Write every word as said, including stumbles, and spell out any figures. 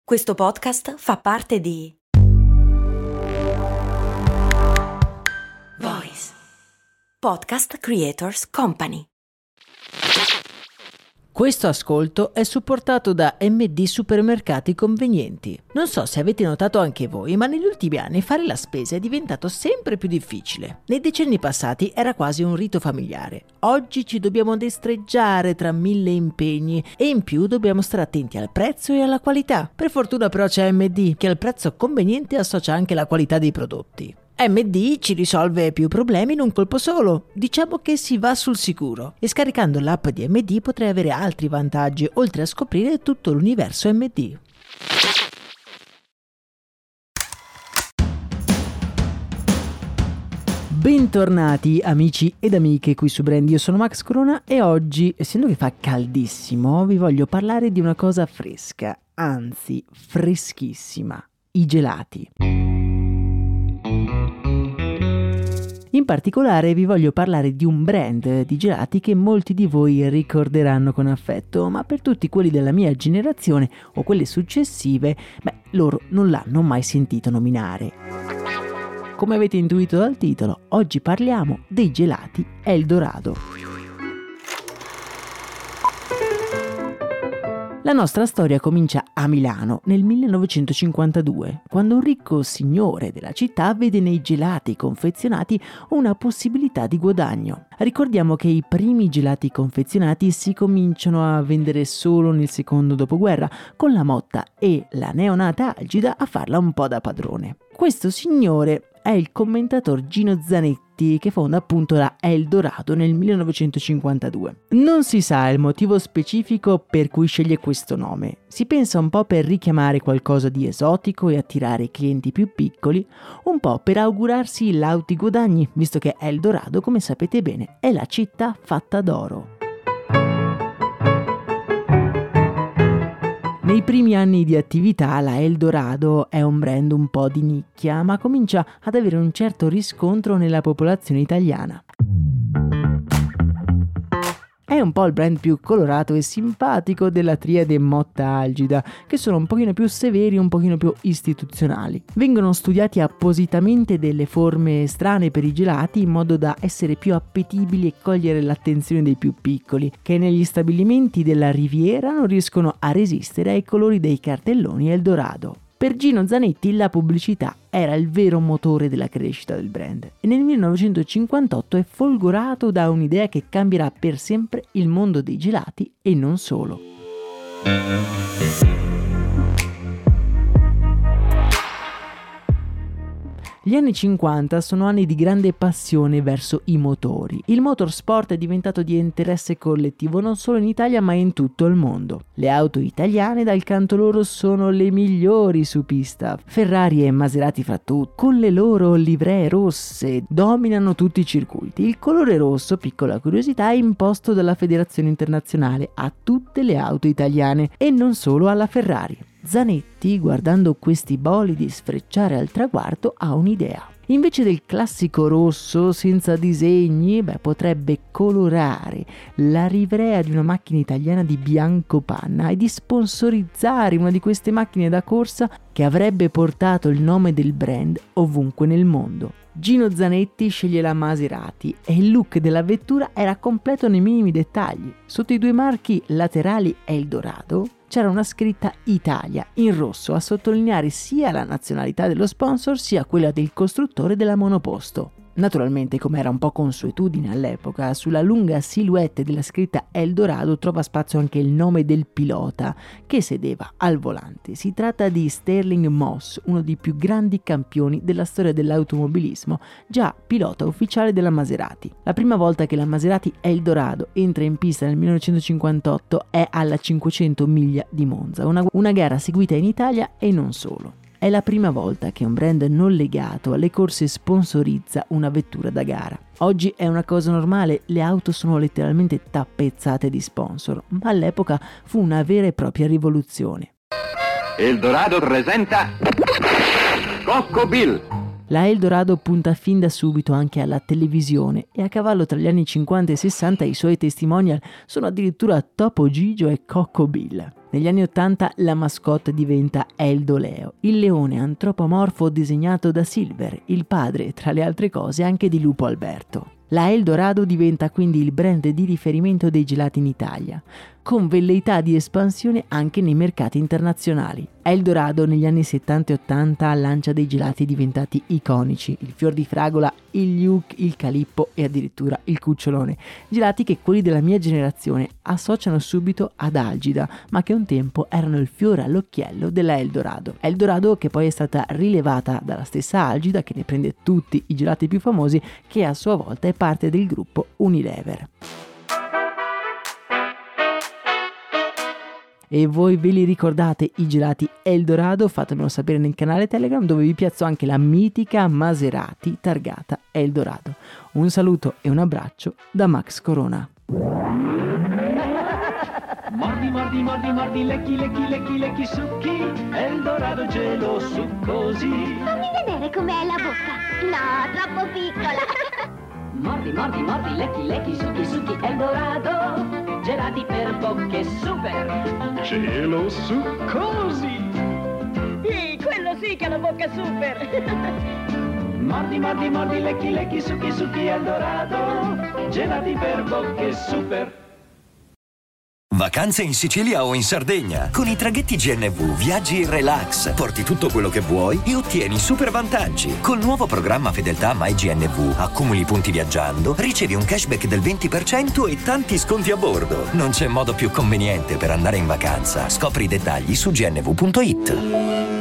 Questo podcast fa parte di Voice Podcast Creators Company. Questo ascolto è supportato da M D Supermercati Convenienti. Non so se avete notato anche voi, ma negli ultimi anni fare la spesa è diventato sempre più difficile. Nei decenni passati era quasi un rito familiare. Oggi ci dobbiamo destreggiare tra mille impegni e in più dobbiamo stare attenti al prezzo e alla qualità. Per fortuna però c'è M D, che al prezzo conveniente associa anche la qualità dei prodotti. M D ci risolve più problemi in un colpo solo. Diciamo che si va sul sicuro. E scaricando l'app di M D potrai avere altri vantaggi, oltre a scoprire tutto l'universo M D. Bentornati amici ed amiche qui su Brand, io sono Max Corona e oggi, essendo che fa caldissimo, vi voglio parlare di una cosa fresca, anzi freschissima, i gelati. In particolare vi voglio parlare di un brand di gelati che molti di voi ricorderanno con affetto, ma per tutti quelli della mia generazione o quelle successive, beh, loro non l'hanno mai sentito nominare. Come avete intuito dal titolo, oggi parliamo dei gelati Eldorado. La nostra storia comincia a Milano nel millenovecentocinquantadue, quando un ricco signore della città vede nei gelati confezionati una possibilità di guadagno. Ricordiamo che i primi gelati confezionati si cominciano a vendere solo nel secondo dopoguerra, con la Motta e la neonata Algida a farla un po' da padrone. Questo signore è il commentator Gino Zanetti, che fonda appunto la Eldorado nel millenovecentocinquantadue. Non si sa il motivo specifico per cui sceglie questo nome. Si pensa un po' per richiamare qualcosa di esotico e attirare clienti più piccoli, un po' per augurarsi lauti guadagni, visto che Eldorado, come sapete bene, è la città fatta d'oro. Nei primi anni di attività la Eldorado è un brand un po' di nicchia, ma comincia ad avere un certo riscontro nella popolazione italiana. È un po' il brand più colorato e simpatico della triade Motta Algida, che sono un pochino più severi e un pochino più istituzionali. Vengono studiati appositamente delle forme strane per i gelati in modo da essere più appetibili e cogliere l'attenzione dei più piccoli, che negli stabilimenti della Riviera non riescono a resistere ai colori dei cartelloni Eldorado. Per Gino Zanetti la pubblicità era il vero motore della crescita del brand e nel millenovecentocinquantotto è folgorato da un'idea che cambierà per sempre il mondo dei gelati e non solo. Gli anni cinquanta sono anni di grande passione verso i motori. Il motorsport è diventato di interesse collettivo non solo in Italia ma in tutto il mondo. Le auto italiane dal canto loro sono le migliori su pista. Ferrari e Maserati fra tutti, con le loro livree rosse, dominano tutti i circuiti. Il colore rosso, piccola curiosità, è imposto dalla Federazione Internazionale a tutte le auto italiane e non solo alla Ferrari. Zanetti, guardando questi bolidi sfrecciare al traguardo, ha un'idea. Invece del classico rosso senza disegni, beh, potrebbe colorare la livrea di una macchina italiana di bianco panna e di sponsorizzare una di queste macchine da corsa che avrebbe portato il nome del brand ovunque nel mondo. Gino Zanetti sceglie la Maserati e il look della vettura era completo nei minimi dettagli. Sotto i due marchi laterali Eldorado c'era una scritta Italia in rosso a sottolineare sia la nazionalità dello sponsor sia quella del costruttore della monoposto. Naturalmente, come era un po' consuetudine all'epoca, sulla lunga silhouette della scritta Eldorado trova spazio anche il nome del pilota che sedeva al volante. Si tratta di Stirling Moss, uno dei più grandi campioni della storia dell'automobilismo, già pilota ufficiale della Maserati. La prima volta che la Maserati Eldorado entra in pista nel millenovecentocinquantotto è alla cinquecento miglia di Monza, una, una gara seguita in Italia e non solo. È la prima volta che un brand non legato alle corse sponsorizza una vettura da gara. Oggi è una cosa normale, le auto sono letteralmente tappezzate di sponsor, ma all'epoca fu una vera e propria rivoluzione. Eldorado presenta Coco Bill. La Eldorado punta fin da subito anche alla televisione e a cavallo tra gli anni cinquanta e sessanta i suoi testimonial sono addirittura Topo Gigio e Coco Bill. Negli anni ottanta la mascotte diventa Eldoleo, il leone antropomorfo disegnato da Silver, il padre, tra le altre cose, anche di Lupo Alberto. La Eldorado diventa quindi il brand di riferimento dei gelati in Italia, con velleità di espansione anche nei mercati internazionali. Eldorado negli anni settanta e ottanta lancia dei gelati diventati iconici, il fior di fragola, il Luke, il Calippo e addirittura il Cucciolone, gelati che quelli della mia generazione associano subito ad Algida, ma che un tempo erano il fiore all'occhiello della Eldorado. Eldorado che poi è stata rilevata dalla stessa Algida, che ne prende tutti i gelati più famosi, che a sua volta è parte del gruppo Unilever. E voi ve li ricordate i gelati Eldorado? Fatemelo sapere nel canale Telegram, dove vi piazzo anche la mitica Maserati targata Eldorado. Un saluto e un abbraccio da Max Corona. Mordi, mordi, mordi, mordi, lecchi, lecchi, lecchi, lecchi, succhi, Eldorado gelo succosi. Fammi vedere com'è la bocca. No, troppo piccola. Mordi, mordi, mordi, lecchi, lecchi, succhi, succhi, Eldorado, gelati per bocche super. Gelo succosi. Sì, quello sì che è la bocca super. Mordi, mordi, mordi, lecchi, lecchi, succhi, succhi, Eldorado, gelati per bocche super. Vacanze in Sicilia o in Sardegna. Con i traghetti G N V viaggi in relax, porti tutto quello che vuoi e ottieni super vantaggi. Col nuovo programma Fedeltà MyGNV accumuli punti viaggiando, ricevi un cashback del venti per cento e tanti sconti a bordo. Non c'è modo più conveniente per andare in vacanza. Scopri i dettagli su gnv punto it.